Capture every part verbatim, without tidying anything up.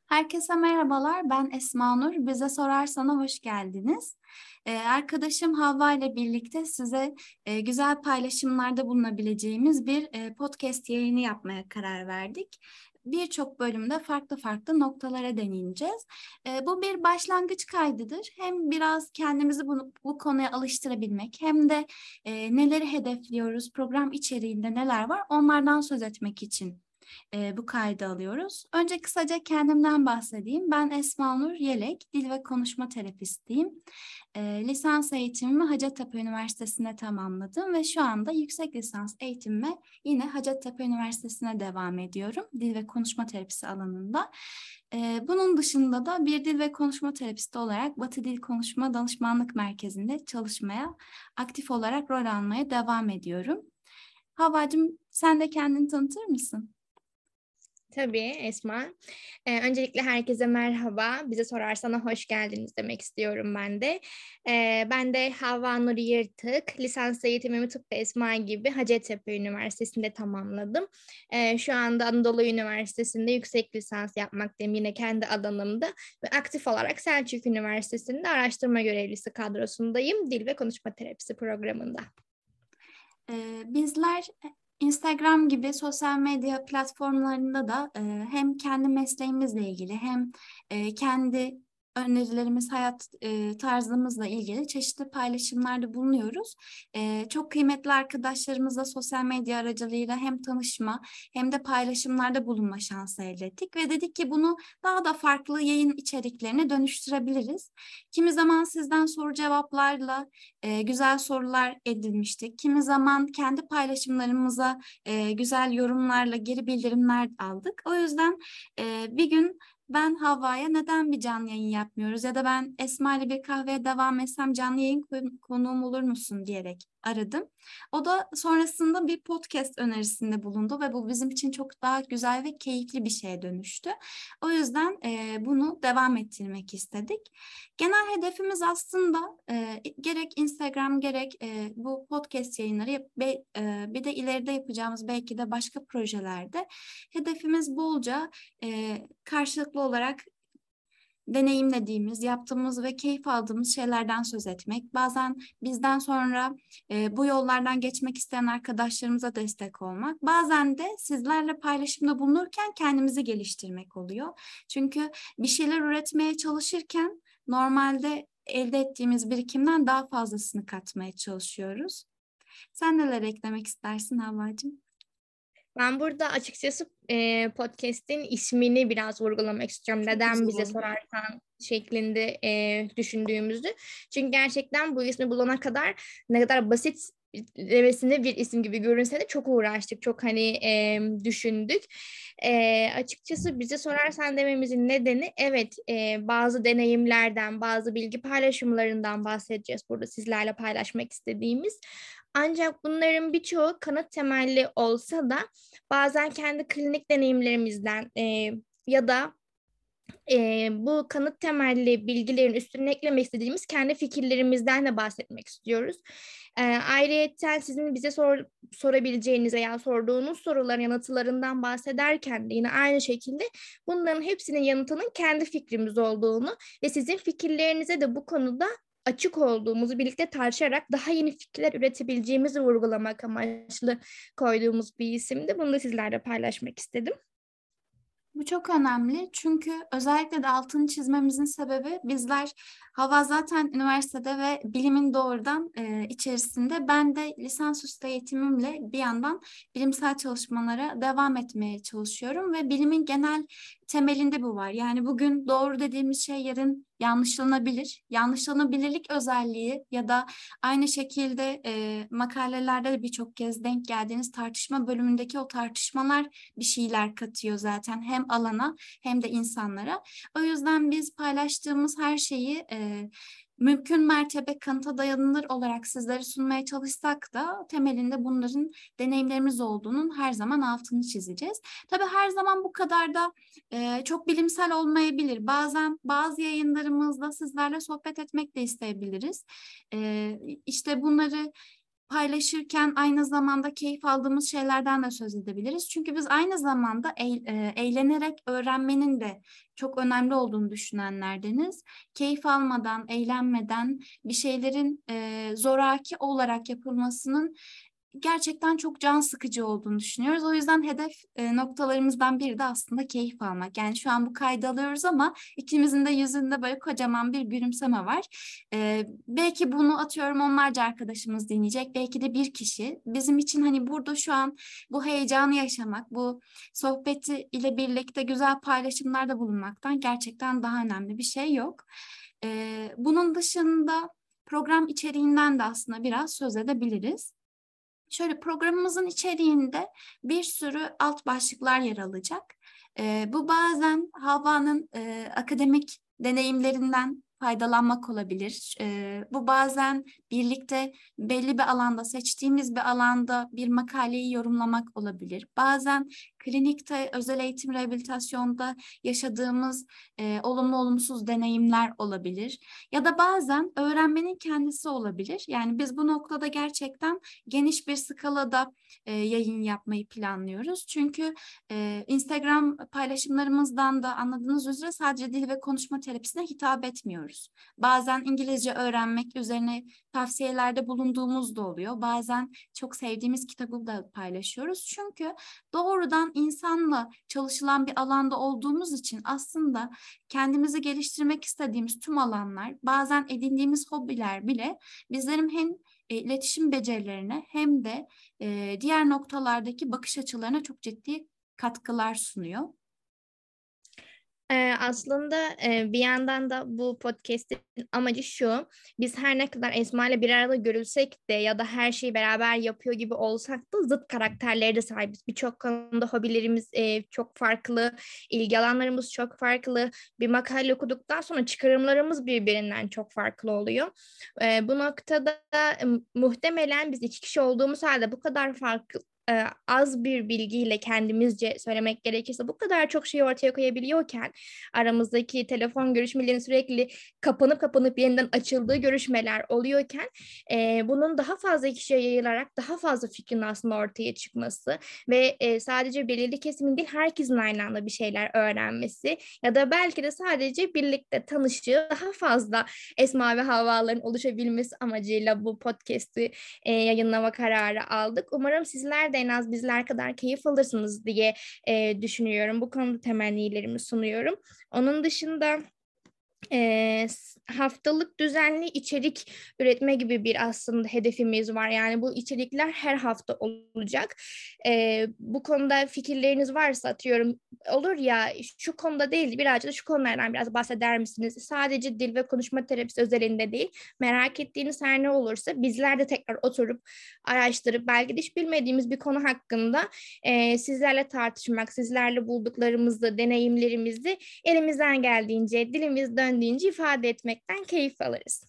Herkese merhabalar, ben Esma Nur. Bize Sorarsan'a hoş geldiniz. Ee, arkadaşım Havva ile birlikte size e, güzel paylaşımlarda bulunabileceğimiz bir e, podcast yayını yapmaya karar verdik. Birçok bölümde farklı farklı noktalara değineceğiz. E, bu bir başlangıç kaydıdır. Hem biraz kendimizi bunu, bu konuya alıştırabilmek, hem de e, neleri hedefliyoruz, program içeriğinde neler var, onlardan söz etmek için e, bu kaydı alıyoruz. Önce kısaca kendimden bahsedeyim. Ben Esma Nur Yelek, dil ve konuşma terapistiyim. E, lisans eğitimimi Hacettepe Üniversitesi'nde tamamladım ve şu anda yüksek lisans eğitimime yine Hacettepe Üniversitesi'ne devam ediyorum. Dil ve konuşma terapisi alanında. E, bunun dışında da bir dil ve konuşma terapisti olarak Batı Dil Konuşma Danışmanlık Merkezi'nde çalışmaya, aktif olarak rol almaya devam ediyorum. Havacığım, sen de kendini tanıtır mısın? Tabii Esma. Ee, öncelikle herkese merhaba. Bize sorarsan hoş geldiniz demek istiyorum ben de. Ee, ben de Havva Nur Yırtık. Lisans eğitimimi tıpkı Esma gibi Hacettepe Üniversitesi'nde tamamladım. Ee, şu anda Anadolu Üniversitesi'nde yüksek lisans yapmaktayım yine kendi alanımda. Ve aktif olarak Selçuk Üniversitesi'nde araştırma görevlisi kadrosundayım. Dil ve konuşma terapisi programında. Ee, bizler Instagram gibi sosyal medya platformlarında da e, hem kendi mesleğimizle ilgili hem e, kendi önerilerimiz, hayat e, tarzımızla ilgili çeşitli paylaşımlarda bulunuyoruz. E, çok kıymetli arkadaşlarımızla sosyal medya aracılığıyla hem tanışma hem de paylaşımlarda bulunma şansı elde ettik ve dedik ki bunu daha da farklı yayın içeriklerine dönüştürebiliriz. Kimi zaman sizden soru cevaplarla e, güzel sorular edinmiştik. Kimi zaman kendi paylaşımlarımıza e, güzel yorumlarla geri bildirimler aldık. O yüzden e, bir gün ben Havva'ya neden bir canlı yayın yapmıyoruz ya da ben Esma ile bir kahveye devam etsem canlı yayın konuğum olur musun diyerek aradım. O da sonrasında bir podcast önerisinde bulundu ve bu bizim için çok daha güzel ve keyifli bir şeye dönüştü. O yüzden e, bunu devam ettirmek istedik. Genel hedefimiz aslında e, gerek Instagram gerek e, bu podcast yayınları yap- be, e, bir de ileride yapacağımız belki de başka projelerde hedefimiz bolca e, karşılıklı olarak deneyimlediğimiz, yaptığımız ve keyif aldığımız şeylerden söz etmek. Bazen bizden sonra e, bu yollardan geçmek isteyen arkadaşlarımıza destek olmak. Bazen de sizlerle paylaşımda bulunurken kendimizi geliştirmek oluyor. Çünkü bir şeyler üretmeye çalışırken normalde elde ettiğimiz birikimden daha fazlasını katmaya çalışıyoruz. Sen neler eklemek istersin Havvacığım? Ben burada açıkçası e, podcast'in ismini biraz vurgulamak istiyorum. Çok Neden güzel bize olmuş. sorarsan şeklinde e, düşündüğümüzü. Çünkü gerçekten bu ismi bulana kadar ne kadar basit demesinde bir isim gibi görünse de çok uğraştık. Çok hani e, düşündük. E, açıkçası bize sorarsan dememizin nedeni evet e, bazı deneyimlerden, bazı bilgi paylaşımlarından bahsedeceğiz burada sizlerle paylaşmak istediğimiz. Ancak bunların birçoğu kanıt temelli olsa da bazen kendi klinik deneyimlerimizden e, ya da e, bu kanıt temelli bilgilerin üstüne eklemek istediğimiz kendi fikirlerimizden de bahsetmek istiyoruz. E, ayrıyeten sizin bize sor, sorabileceğiniz veya sorduğunuz soruların yanıtlarından bahsederken de yine aynı şekilde bunların hepsinin yanıtının kendi fikrimiz olduğunu ve sizin fikirlerinize de bu konuda açık olduğumuzu birlikte tartışarak daha yeni fikirler üretebileceğimizi vurgulamak amaçlı koyduğumuz bir isimdi. Bunu da sizlerle paylaşmak istedim. Bu çok önemli çünkü özellikle de altını çizmemizin sebebi bizler hava zaten üniversitede ve bilimin doğrudan e, içerisinde. Ben de lisansüstü eğitimimle bir yandan bilimsel çalışmalara devam etmeye çalışıyorum ve bilimin genel temelinde bu var. Yani bugün doğru dediğimiz şey yarın yanlışlanabilir. Yanlışlanabilirlik özelliği ya da aynı şekilde e, makalelerde de birçok kez denk geldiğiniz tartışma bölümündeki o tartışmalar bir şeyler katıyor zaten hem alana hem de insanlara. O yüzden biz paylaştığımız her şeyi e, mümkün mertebe kanıta dayanılır olarak sizlere sunmaya çalışsak da temelinde bunların deneyimlerimiz olduğunun her zaman altını çizeceğiz. Tabii her zaman bu kadar da e, çok bilimsel olmayabilir. Bazen bazı yayınlarımızda sizlerle sohbet etmek de isteyebiliriz. E, işte bunları paylaşırken aynı zamanda keyif aldığımız şeylerden de söz edebiliriz. Çünkü biz aynı zamanda eğlenerek öğrenmenin de çok önemli olduğunu düşünenlerdeniz. Keyif almadan, eğlenmeden bir şeylerin e, zoraki olarak yapılmasının gerçekten çok can sıkıcı olduğunu düşünüyoruz. O yüzden hedef e, noktalarımızdan biri de aslında keyif almak. Yani şu an bu kaydı alıyoruz ama ikimizin de yüzünde böyle kocaman bir gülümseme var. E, belki bunu atıyorum onlarca arkadaşımız dinleyecek. Belki de bir kişi. Bizim için hani burada şu an bu heyecanı yaşamak, bu sohbeti ile birlikte güzel paylaşımlarda bulunmaktan gerçekten daha önemli bir şey yok. E, bunun dışında program içeriğinden de aslında biraz söz edebiliriz. Şöyle programımızın içeriğinde bir sürü alt başlıklar yer alacak. E, bu bazen Havva'nın e, akademik deneyimlerinden faydalanmak olabilir. E, bu bazen birlikte belli bir alanda, seçtiğimiz bir alanda bir makaleyi yorumlamak olabilir. Bazen klinikte, özel eğitim rehabilitasyonda yaşadığımız e, olumlu olumsuz deneyimler olabilir. Ya da bazen öğrenmenin kendisi olabilir. Yani biz bu noktada gerçekten geniş bir skalada e, yayın yapmayı planlıyoruz. Çünkü e, Instagram paylaşımlarımızdan da anladığınız üzere sadece dil ve konuşma terapisine hitap etmiyoruz. Bazen İngilizce öğrenmek üzerine tavsiyelerde bulunduğumuz da oluyor. Bazen çok sevdiğimiz kitabı da paylaşıyoruz. Çünkü doğrudan insanla çalışılan bir alanda olduğumuz için aslında kendimizi geliştirmek istediğimiz tüm alanlar, bazen edindiğimiz hobiler bile bizlerin hem e, iletişim becerilerine hem de e, diğer noktalardaki bakış açılarına çok ciddi katkılar sunuyor. Ee, aslında e, bir yandan da bu podcast'in amacı şu: biz her ne kadar Esma ile bir arada görülsek de ya da her şeyi beraber yapıyor gibi olsak da zıt karakterlere de sahibiz. Birçok konuda hobilerimiz e, çok farklı, ilgi alanlarımız çok farklı. Bir makale okuduktan sonra çıkarımlarımız birbirinden çok farklı oluyor. E, bu noktada e, muhtemelen biz iki kişi olduğumuz halde bu kadar farklı e, az bir bilgiyle, kendimizce söylemek gerekirse, bu kadar çok şeyi ortaya koyabiliyorken, aramızdaki telefon görüşmelerinin sürekli kapanıp kapanıp yeniden açıldığı görüşmeler oluyorken, e, bunun daha fazla kişiye yayılarak daha fazla fikrin aslında ortaya çıkması ve e, sadece belirli kesimin değil, herkesin aynı anda bir şeyler öğrenmesi ya da belki de sadece birlikte tanışığı daha fazla Esma ve Havvaların oluşabilmesi amacıyla bu podcast'i e, yayınlama kararı aldık. Umarım sizler de en az bizler kadar keyif alırsınız diye e, düşünüyorum. Bu konuda temennilerimi sunuyorum. Onun dışında E, haftalık düzenli içerik üretme gibi bir aslında hedefimiz var. Yani bu içerikler her hafta olacak. E, bu konuda fikirleriniz varsa, atıyorum, olur ya şu konuda değil birazcık da şu konulardan biraz bahseder misiniz? Sadece dil ve konuşma terapisi özelinde değil, merak ettiğiniz her ne olursa bizler de tekrar oturup araştırıp belki de hiç bilmediğimiz bir konu hakkında e, sizlerle tartışmak, sizlerle bulduklarımızı, deneyimlerimizi elimizden geldiğince, dilimiz döndüğünce ifade etmekten keyif alırız.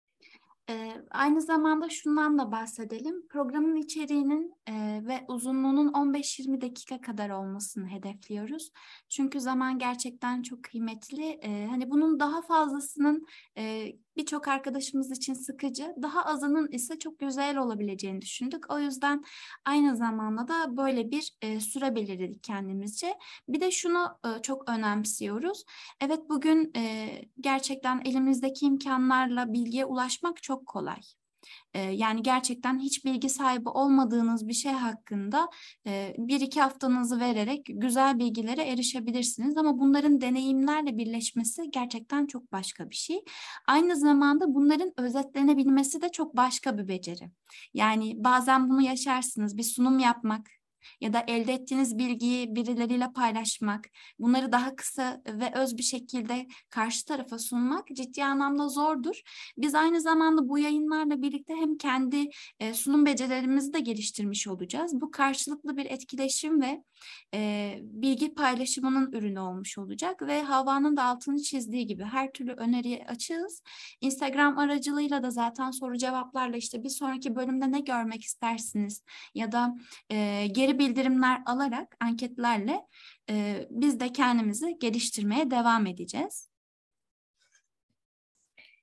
Ee, aynı zamanda şundan da bahsedelim. Programın içeriğinin e, ve uzunluğunun on beş yirmi dakika kadar olmasını hedefliyoruz. Çünkü zaman gerçekten çok kıymetli. Ee, hani bunun daha fazlasının e, birçok arkadaşımız için sıkıcı, daha azının ise çok güzel olabileceğini düşündük. O yüzden aynı zamanda da böyle bir e, süre belirledik kendimizce. Bir de şunu e, çok önemsiyoruz. Evet, bugün e, gerçekten elimizdeki imkanlarla bilgiye ulaşmak çok kolay. E, yani gerçekten hiç bilgi sahibi olmadığınız bir şey hakkında e, bir iki haftanızı vererek güzel bilgilere erişebilirsiniz. Ama bunların deneyimlerle birleşmesi gerçekten çok başka bir şey. Aynı zamanda bunların özetlenebilmesi de çok başka bir beceri. Yani bazen bunu yaşarsınız, bir sunum yapmak ya da elde ettiğiniz bilgiyi birileriyle paylaşmak, bunları daha kısa ve öz bir şekilde karşı tarafa sunmak ciddi anlamda zordur. Biz aynı zamanda bu yayınlarla birlikte hem kendi e, sunum becerilerimizi de geliştirmiş olacağız. Bu karşılıklı bir etkileşim ve e, bilgi paylaşımının ürünü olmuş olacak ve Havva'nın da altını çizdiği gibi her türlü öneriye açığız. Instagram aracılığıyla da zaten soru cevaplarla işte bir sonraki bölümde ne görmek istersiniz ya da e, geri bildirimler alarak anketlerle e, biz de kendimizi geliştirmeye devam edeceğiz.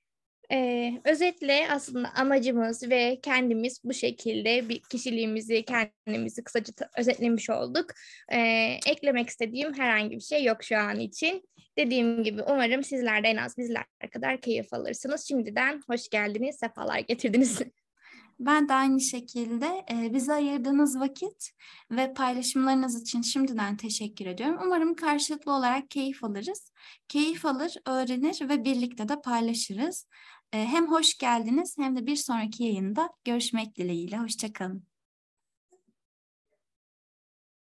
Ee, özetle aslında amacımız ve kendimiz bu şekilde bir kişiliğimizi, kendimizi kısaca ta- özetlemiş olduk. Ee, eklemek istediğim herhangi bir şey yok şu an için. Dediğim gibi umarım sizler de en az bizler kadar keyif alırsınız. Şimdiden hoş geldiniz, sefalar getirdiniz. Ben de aynı şekilde e, bize ayırdığınız vakit ve paylaşımlarınız için şimdiden teşekkür ediyorum. Umarım karşılıklı olarak keyif alırız. Keyif alır, öğrenir ve birlikte de paylaşırız. E, hem hoş geldiniz hem de bir sonraki yayında görüşmek dileğiyle. Hoşça kalın.